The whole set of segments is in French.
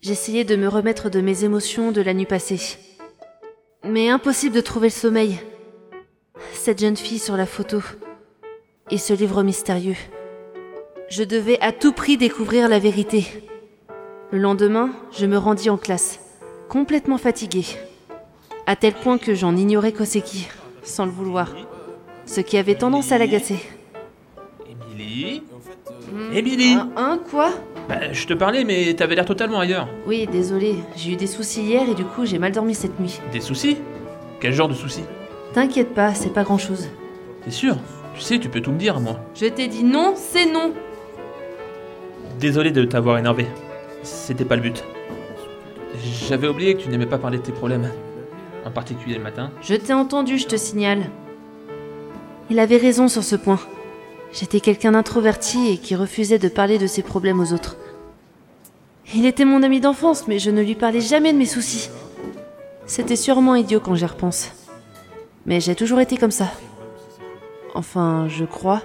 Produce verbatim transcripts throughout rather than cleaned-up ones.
J'essayais de me remettre de mes émotions de la nuit passée. Mais impossible de trouver le sommeil. Cette jeune fille sur la photo. Et ce livre mystérieux. Je devais à tout prix découvrir la vérité. Le lendemain, je me rendis en classe, complètement fatiguée. À tel point que j'en ignorais Koseki, sans le vouloir. Ce qui avait tendance à l'agacer. Émilie Mmh. Émilie Un, un quoi Bah, je te parlais, mais t'avais l'air totalement ailleurs. Oui, désolée, j'ai eu des soucis hier et du coup j'ai mal dormi cette nuit. Des soucis? Quel genre de soucis? T'inquiète pas, c'est pas grand-chose. T'es sûr? Tu sais, tu peux tout me dire, moi. Je t'ai dit non, c'est non. Désolé de t'avoir énervé. C'était pas le but. J'avais oublié que tu n'aimais pas parler de tes problèmes. En particulier le matin. Je t'ai entendu, je te signale. Il avait raison sur ce point. J'étais quelqu'un d'introverti et qui refusait de parler de ses problèmes aux autres. Il était mon ami d'enfance, mais je ne lui parlais jamais de mes soucis. C'était sûrement idiot quand j'y repense. Mais j'ai toujours été comme ça. Enfin, je crois.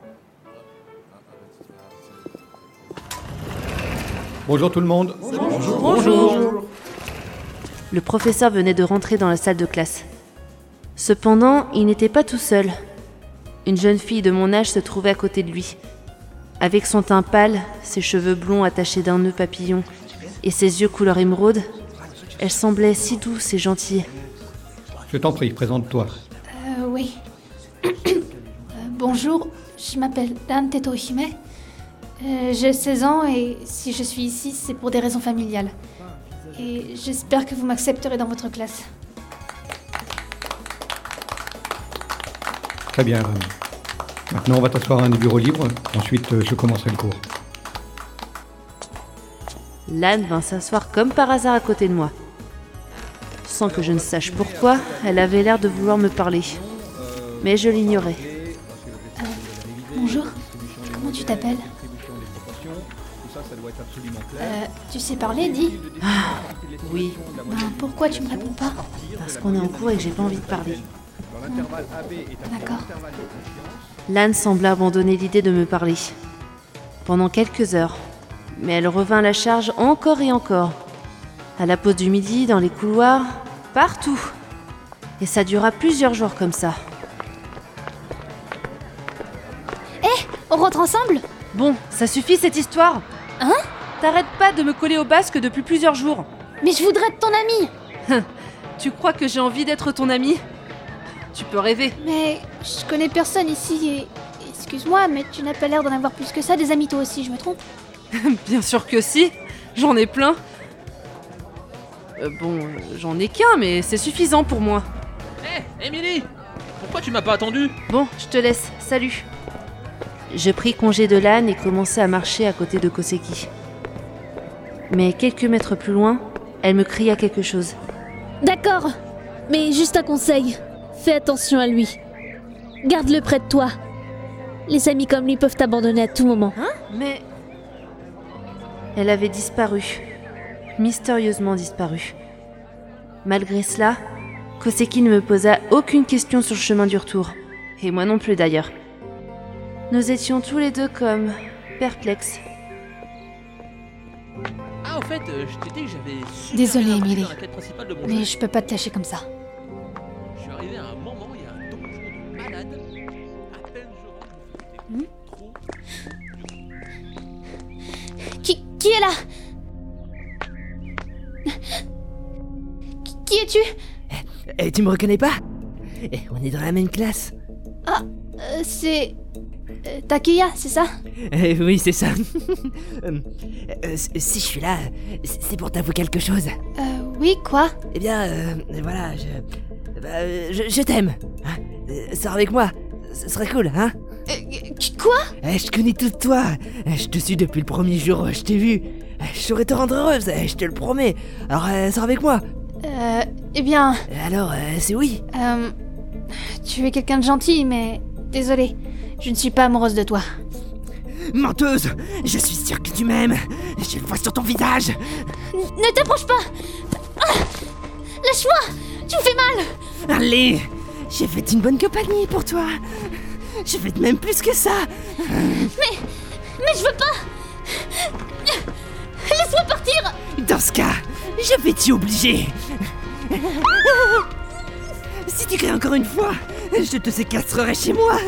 Bonjour tout le monde. Bonjour. Bonjour. Le professeur venait de rentrer dans la salle de classe. Cependant, il n'était pas tout seul. Une jeune fille de mon âge se trouvait à côté de lui. Avec son teint pâle, ses cheveux blonds attachés d'un nœud papillon et ses yeux couleur émeraude, elle semblait si douce et gentille. Je t'en prie, présente-toi. Euh, oui. euh, bonjour, je m'appelle Dan Tetohime. Euh, j'ai seize ans et si je suis ici, c'est pour des raisons familiales. Et j'espère que vous m'accepterez dans votre classe. Très bien. Maintenant, on va t'asseoir à un des bureaux libres. Ensuite, je commencerai le cours. Lan vint s'asseoir comme par hasard à côté de moi. Sans que je ne sache pourquoi, elle avait l'air de vouloir me parler. Mais je l'ignorais. Euh, bonjour, comment tu t'appelles? Euh, tu sais parler, dis? Ah, oui. Ben, pourquoi tu me réponds pas? Parce qu'on est en cours et que j'ai pas envie de parler. Hum, D'accord. Lan sembla abandonner l'idée de me parler. Pendant quelques heures. Mais elle revint à la charge encore et encore. À la pause du midi, dans les couloirs, partout. Et ça dura plusieurs jours comme ça. Hé, on rentre ensemble? Bon, ça suffit cette histoire. Hein? T'arrêtes pas de me coller au basque depuis plusieurs jours. Mais je voudrais être ton ami. Tu crois que j'ai envie d'être ton ami? Tu peux rêver. Mais je connais personne ici et... Excuse-moi, mais tu n'as pas l'air d'en avoir plus que ça des amis toi aussi, je me trompe? Bien sûr que si, j'en ai plein. Euh, bon, j'en ai qu'un, mais c'est suffisant pour moi. Hé, hey, Émilie! Pourquoi tu m'as pas attendu? Bon, je te laisse, salut. Je pris congé de Lan et commençai à marcher à côté de Koseki. Mais quelques mètres plus loin, elle me cria quelque chose. D'accord, mais juste un conseil. Fais attention à lui. Garde-le près de toi. Les amis comme lui peuvent t'abandonner à tout moment. Hein? Mais... Elle avait disparu. Mystérieusement disparu. Malgré cela, Koseki ne me posa aucune question sur le chemin du retour. Et moi non plus d'ailleurs. Nous étions tous les deux comme... perplexes. Ah, au fait, euh, je t'ai dit que j'avais... super Désolée, bien marché Émilie. dans la quête principale de mon Mais jeu. je peux pas te lâcher comme ça. Je suis arrivé à un moment, il y a un donjon de malade. À peine je rentre, Hmm? trop... Qui, qui est là? Qui, qui es-tu? Eh, tu me reconnais pas? Eh, on est dans la même classe. Ah, euh, c'est... euh, Takeya, c'est ça? Eh, oui, c'est ça. Euh, euh, si je suis là, c'est pour t'avouer quelque chose. Euh, oui, quoi? Eh bien, euh, voilà, je... bah, euh, je, je t'aime. Hein. Euh, Sors avec moi, ce serait cool, hein? Euh, quoi? Eh, je connais tout de toi. Eh, je te suis depuis le premier jour où je t'ai vu. Eh, je saurais te rendre heureuse, eh, je te le promets. Alors, euh, sors avec moi. Euh, eh bien... Alors, euh, c'est oui. Euh... Tu es quelqu'un de gentil, mais... Désolée, je ne suis pas amoureuse de toi. Menteuse! Je suis sûr que tu m'aimes. Je le vois sur ton visage. N- ne t'approche pas! Ah, lâche-moi! Tu me fais mal! Allez! J'ai fait une bonne compagnie pour toi. Je vais même plus que ça. Mais... Mais je veux pas! Laisse-moi partir! Dans ce J'avais-tu obligé? Si tu cries encore une fois, je te séquestrerai chez moi.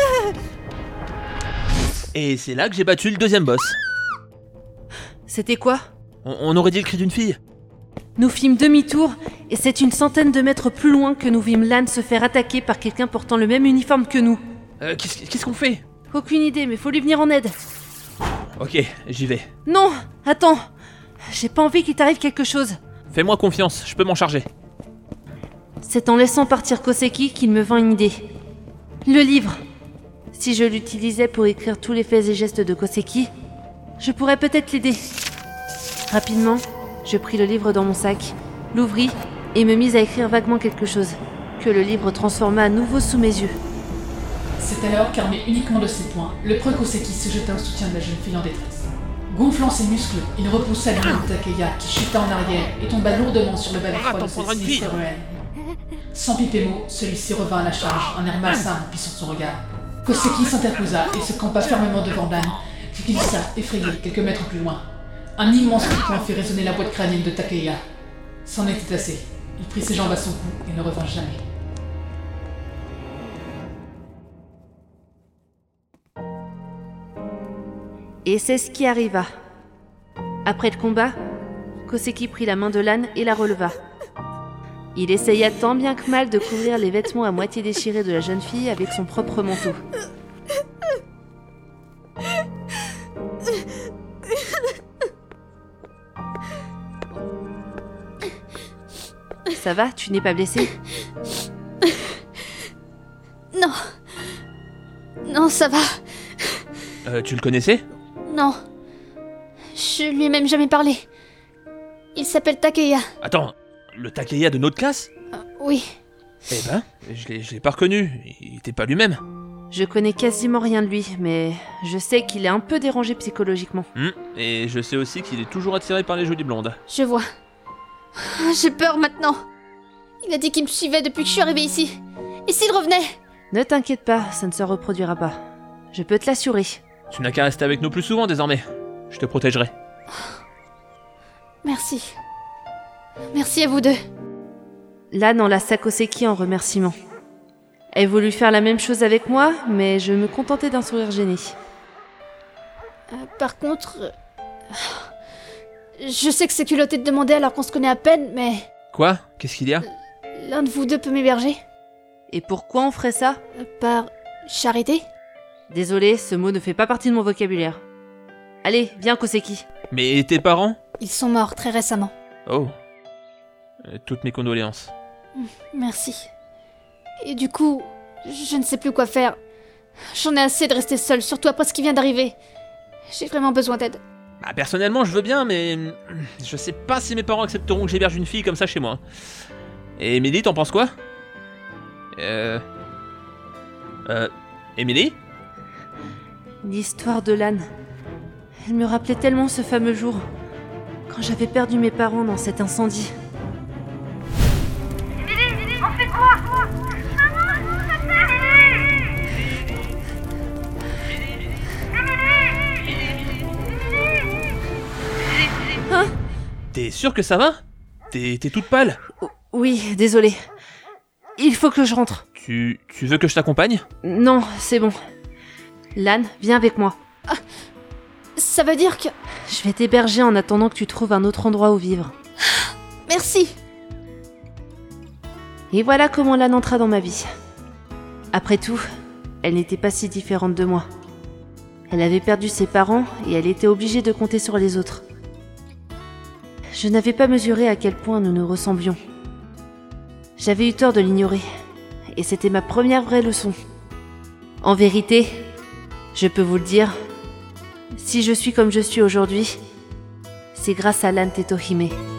Et c'est là que j'ai battu le deuxième boss. C'était quoi? On, on aurait dit le cri d'une fille. Nous fîmes demi-tour, et c'est une centaine de mètres plus loin que nous vîmes Lan se faire attaquer par quelqu'un portant le même uniforme que nous. Euh, qu'est-ce, qu'est-ce qu'on fait? Aucune idée, mais faut lui venir en aide. Ok, j'y vais. Non, attends. J'ai pas envie qu'il t'arrive quelque chose. Fais-moi confiance, je peux m'en charger. C'est en laissant partir Koseki qu'il me vint une idée. Le livre. Si je l'utilisais pour écrire tous les faits et gestes de Koseki, je pourrais peut-être l'aider. Rapidement, je pris le livre dans mon sac, l'ouvris et me mis à écrire vaguement quelque chose, que le livre transforma à nouveau sous mes yeux. C'est alors qu'armé uniquement de ses poings, le preux Koseki se jeta au soutien de la jeune fille en détresse. Gonflant ses muscles, il repoussa le de Takeya qui chuta en arrière et tomba lourdement sur le balai froid de cette sinistre ruelle. Sans piper mot, celui-ci revint à la charge, un air malsain remplissant son regard. Koseki s'interposa et se campa fermement devant Dan, qui glissa, effrayé, quelques mètres plus loin. Un immense coup de poing fit résonner la boîte crânienne de Takeya. C'en était assez. Il prit ses jambes à son cou et ne revint jamais. Et c'est ce qui arriva. Après le combat, Koseki prit la main de Lan et la releva. Il essaya tant bien que mal de couvrir les vêtements à moitié déchirés de la jeune fille avec son propre manteau. Ça va, tu n'es pas blessée? Non. Non, ça va. Euh, tu le connaissais? Non. Je lui ai même jamais parlé. Il s'appelle Takeya. Attends, le Takeya de notre classe? Euh, oui. Eh ben, je l'ai, je l'ai pas reconnu, il était pas lui-même. Je connais quasiment rien de lui, mais je sais qu'il est un peu dérangé psychologiquement. Hum, et je sais aussi qu'il est toujours attiré par les jolies blondes. Je vois. J'ai peur maintenant. Il a dit qu'il me suivait depuis que je suis arrivée ici. Et s'il revenait? Ne t'inquiète pas, ça ne se reproduira pas. Je peux te l'assurer. Tu n'as qu'à rester avec nous plus souvent désormais. Je te protégerai. Merci. Merci à vous deux. Lan enlaça Koseki en remerciement. Elle voulut faire la même chose avec moi, mais je me contentais d'un sourire gêné. Euh, par contre... euh, Je sais que c'est culotté de demander alors qu'on se connaît à peine, mais... Quoi? Qu'est-ce qu'il y a? L'un de vous deux peut m'héberger? Et pourquoi on ferait ça? Euh, Par... charité? Désolé, ce mot ne fait pas partie de mon vocabulaire. Allez, viens Koseki. Mais tes parents? Ils sont morts très récemment. Oh. Euh, toutes mes condoléances. Merci. Et du coup, je ne sais plus quoi faire. J'en ai assez de rester seule, surtout après ce qui vient d'arriver. J'ai vraiment besoin d'aide. Bah personnellement je veux bien, mais je sais pas si mes parents accepteront que j'héberge une fille comme ça chez moi. Et Emily, t'en penses quoi? Euh... Euh... Emily? L'histoire de Lan. Elle me rappelait tellement ce fameux jour, quand j'avais perdu mes parents dans cet incendie. On fait quoi? Maman, ça Hein? T'es sûre que ça va? T'es, t'es toute pâle? O- Oui, désolé. Il faut que je rentre. Tu, tu veux que je t'accompagne? Non, c'est bon. Lan, viens avec moi. Ça veut dire que... Je vais t'héberger en attendant que tu trouves un autre endroit où vivre. Merci. Et voilà comment Lan entra dans ma vie. Après tout, elle n'était pas si différente de moi. Elle avait perdu ses parents et elle était obligée de compter sur les autres. Je n'avais pas mesuré à quel point nous nous ressemblions. J'avais eu tort de l'ignorer, et c'était ma première vraie leçon. En vérité, je peux vous le dire, si je suis comme je suis aujourd'hui, c'est grâce à Lan Tetohime.